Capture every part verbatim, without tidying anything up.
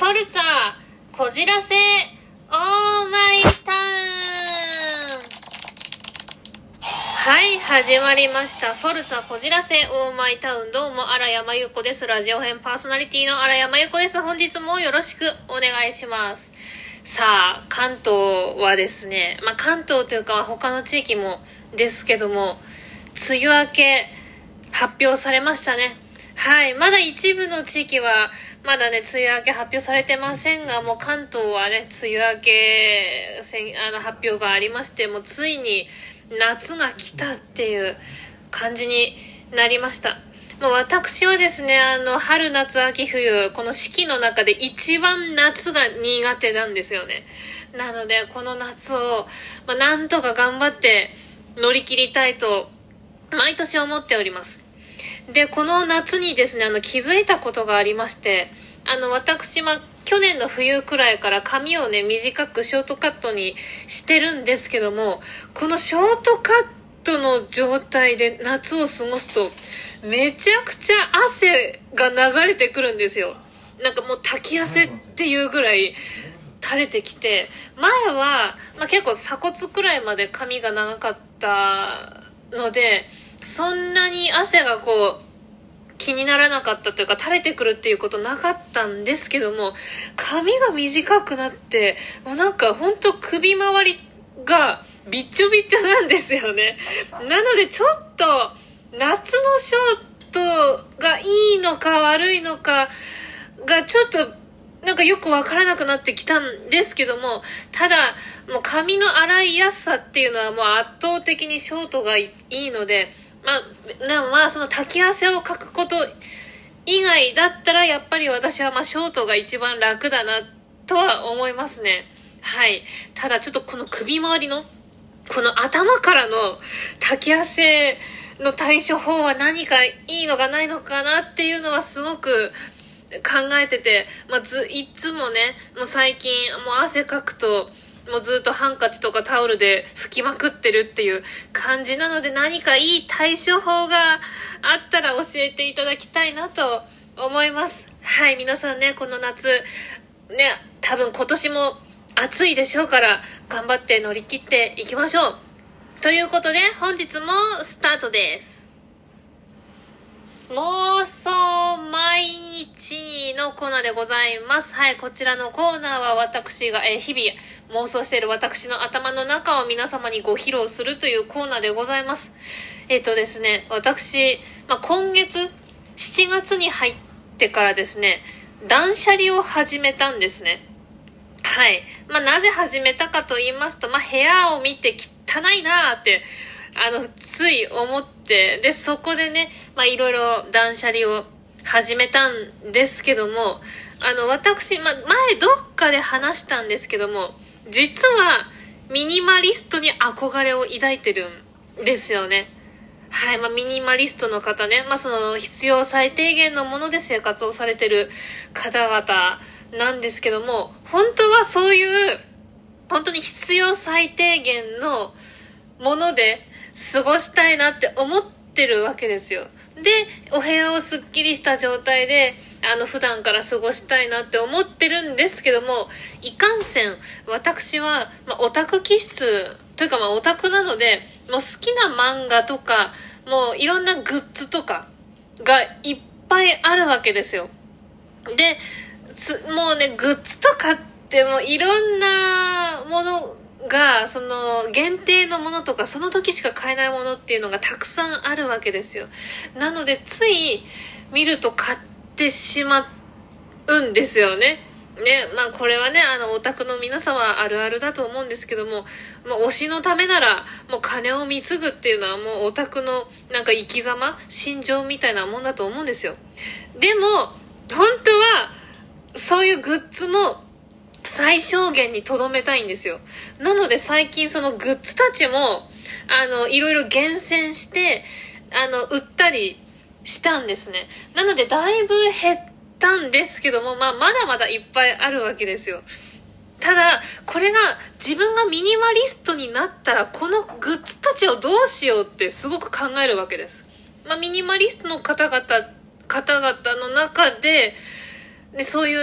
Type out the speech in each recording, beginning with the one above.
フォルツァこじらせオーマイタウン。はい、始まりました。フォルツァこじらせオーマイタウン。どうも荒山優子です。ラジオ編パーソナリティの荒山優子です。本日もよろしくお願いします。さあ、関東はですね、まあ関東というか他の地域もですけども、梅雨明け発表されましたね。はい、まだ一部の地域はまだね梅雨明け発表されてませんが、もう関東はね梅雨明けあの発表がありまして、もうついに夏が来たっていう感じになりました。もう私はですね、あの春夏秋冬この四季の中で一番夏が苦手なんですよね。なのでこの夏を、まあ、なんとか頑張って乗り切りたいと毎年思っております。で、この夏にですね、あの気づいたことがありまして、あの私は去年の冬くらいから髪をね短くショートカットにしてるんですけども、このショートカットの状態で夏を過ごすとめちゃくちゃ汗が流れてくるんですよ。なんかもう滝汗っていうぐらい垂れてきて、前は、まあ、結構鎖骨くらいまで髪が長かったのでそんなに汗がこう気にならなかったというか垂れてくるっていうことなかったんですけども、髪が短くなってもうなんかほんと首周りがびっちょびっちょなんですよね。なのでちょっと夏のショートがいいのか悪いのかがちょっとなんかよくわからなくなってきたんですけども、ただもう髪の洗いやすさっていうのはもう圧倒的にショートがいいので、まあ、でもまあその滝汗をかくこと以外だったらやっぱり私はまあショートが一番楽だなとは思いますね。はい。ただちょっとこの首周りのこの頭からの滝汗の対処法は何かいいのかないのかなっていうのはすごく考えてて、まあ、ずいつもねもう最近もう汗かくともうずっとハンカチとかタオルで拭きまくってるっていう感じなので、何かいい対処法があったら教えていただきたいなと思います。はい、皆さんねこの夏ね多分今年も暑いでしょうから頑張って乗り切っていきましょうということで、本日もスタートです。妄想毎日のコーナーでございます。はい、こちらのコーナーは私が、えー、日々妄想している私の頭の中を皆様にご披露するというコーナーでございます。えっとですね、私、まあ、今月しちがつに入ってからですね、断捨離を始めたんですね。はい。まあ、なぜ始めたかと言いますと、まあ、部屋を見て汚いなーってあのつい思って、でそこでねまあいろいろ断捨離を始めたんですけども、あの私、まあ、前どっかで話したんですけども、実はミニマリストに憧れを抱いてるんですよね。はい、まあ、ミニマリストの方ね、まあ、その必要最低限のもので生活をされてる方々なんですけども、本当はそういう本当に必要最低限のもので過ごしたいなって思ってるわけですよ。でお部屋をすっきりした状態であの普段から過ごしたいなって思ってるんですけども、いかんせん私は、まあ、オタク気質というか、まあ、オタクなのでもう好きな漫画とかもういろんなグッズとかがいっぱいあるわけですよ。でもうねグッズとかってもういろんなものがその限定のものとかその時しか買えないものっていうのがたくさんあるわけですよ。なのでつい見ると買ってしまうんですよね。ね、まあこれはねあのオタクの皆様あるあるだと思うんですけども、まあ、推しのためならもう金を貢ぐっていうのはもうオタクのなんか生き様心情みたいなもんだと思うんですよ。でも本当はそういうグッズも最小限に留めたいんですよ。なので最近そのグッズたちもあのいろいろ厳選してあの売ったりしたんですね。なのでだいぶ減ったんですけども、まあ、まだまだいっぱいあるわけですよ。ただこれが自分がミニマリストになったらこのグッズたちをどうしようってすごく考えるわけです。まあ、ミニマリストの方々方々の中で、でそういうね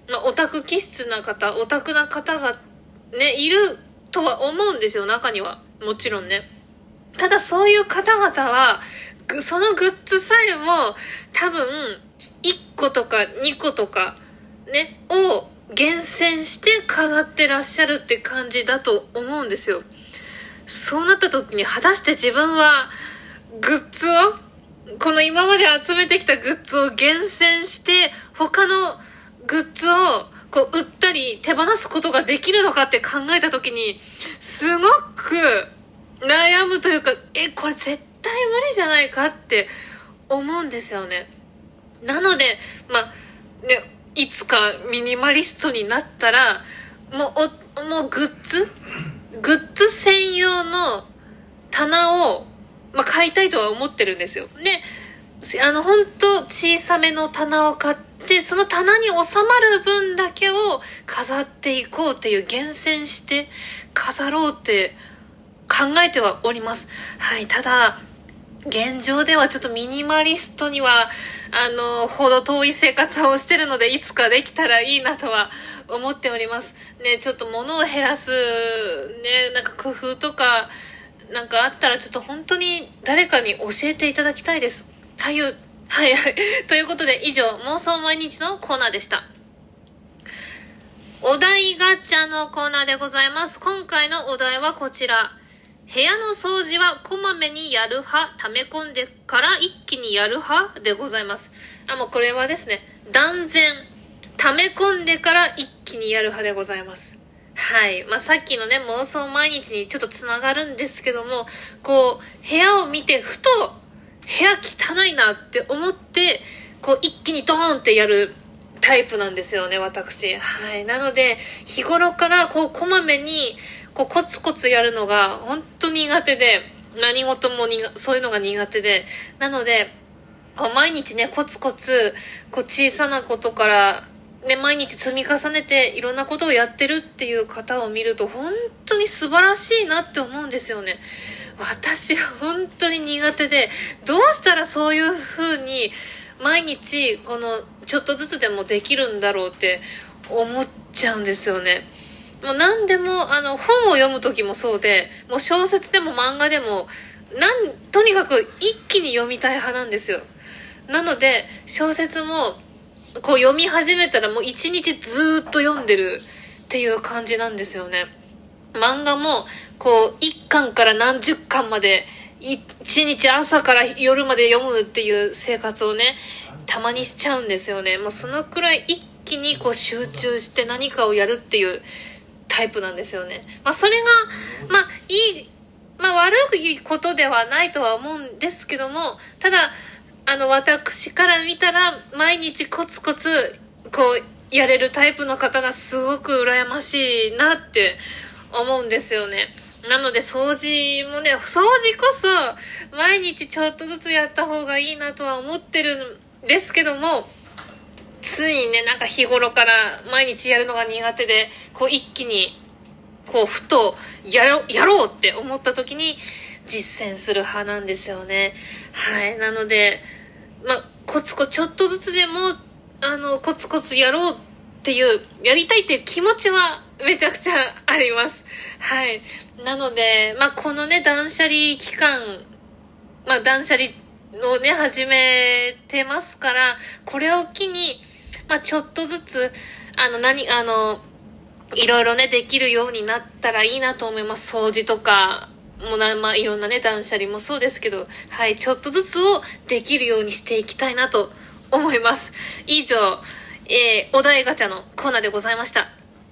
まあ、オタク気質な方、オタクな方がね、いるとは思うんですよ、中には。もちろんね。ただそういう方々は、そのグッズさえも多分いっことかにことかね、を厳選して飾ってらっしゃるって感じだと思うんですよ。そうなった時に果たして自分はグッズを、この今まで集めてきたグッズを厳選して他のグッズをこう売ったり手放すことができるのかって考えた時にすごく悩むというか、え、これ絶対無理じゃないかって思うんですよね。なので、まあ、ね、いつかミニマリストになったら、もう、お、もうグッズグッズ専用の棚を、まあ、買いたいとは思ってるんですよ。で、あの、ほんと小さめの棚を買って、その棚に収まる分だけを飾っていこうっていう、厳選して飾ろうって考えてはおります。はい、ただ、現状ではちょっとミニマリストには、あの、ほど遠い生活をしてるので、いつかできたらいいなとは思っております。ね、ちょっと物を減らす、ね、なんか工夫とか、なんかあったらちょっと本当に誰かに教えていただきたいです。はい、はい、はい。ということで以上、妄想毎日のコーナーでした。お題ガチャのコーナーでございます。今回のお題はこちら。部屋の掃除はこまめにやる派、溜め込んでから一気にやる派でございます。あ、もうこれはですね、断然、溜め込んでから一気にやる派でございます。はい。まあ、さっきのね、妄想毎日にちょっとつながるんですけども、こう、部屋を見てふと、部屋汚いなって思って、こう、一気にドーンってやるタイプなんですよね、私。はい。なので、日頃からこう、こまめに、こうコツコツやるのが本当に苦手で、何事もにがそういうのが苦手で、なのでこう毎日ねコツコツこう小さなことからね毎日積み重ねていろんなことをやってるっていう方を見ると本当に素晴らしいなって思うんですよね。私は本当に苦手で、どうしたらそういう風に毎日このちょっとずつでもできるんだろうって思っちゃうんですよね。もう何でも、あの、本を読む時もそうで、もう小説でも漫画でも、なん、とにかく一気に読みたい派なんですよ。なので、小説も、こう読み始めたらもう一日ずーっと読んでるっていう感じなんですよね。漫画も、こう、一巻から何十巻まで、一日朝から夜まで読むっていう生活をね、たまにしちゃうんですよね。もうそのくらい一気にこう集中して何かをやるっていう、タイプなんですよね。まあそれがまあいい、まあ悪いことではないとは思うんですけども、ただあの私から見たら毎日コツコツこうやれるタイプの方がすごく羨ましいなって思うんですよね。なので掃除もね、掃除こそ毎日ちょっとずつやった方がいいなとは思ってるんですけども、ついね、なんか日頃から毎日やるのが苦手で、こう一気に、こうふとやろ、やろうって思った時に実践する派なんですよね。はい。なので、まあ、コツコツ、ちょっとずつでも、あの、コツコツやろうっていう、やりたいっていう気持ちはめちゃくちゃあります。はい。なので、まあ、このね、断捨離期間、まあ、断捨離をね、始めてますから、これを機に、まあ、ちょっとずつ、あの、何、あの、いろいろね、できるようになったらいいなと思います。掃除とか、もな、まあ、いろんなね、断捨離もそうですけど、はい、ちょっとずつをできるようにしていきたいなと思います。以上、えー、お題ガチャのコーナーでございました。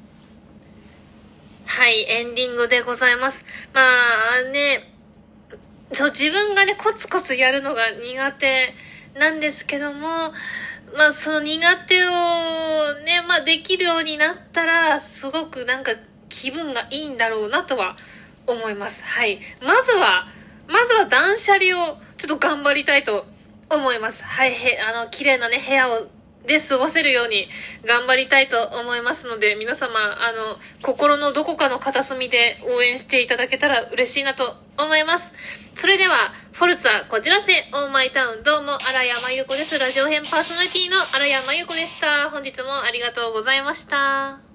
はい、エンディングでございます。まあね、そう、自分がね、コツコツやるのが苦手なんですけども、まあその苦手をね、まあできるようになったら、すごくなんか気分がいいんだろうなとは思います。はい。まずは、まずは断捨離をちょっと頑張りたいと思います。はい、へ、あの、綺麗なね、部屋を、 で過ごせるように頑張りたいと思いますので、皆様、あの、心のどこかの片隅で応援していただけたら嬉しいなと思います。それでは、フォルツァこじらせオーマイタウン、どうも荒山優子です。ラジオ編パーソナリティの荒山優子でした。本日もありがとうございました。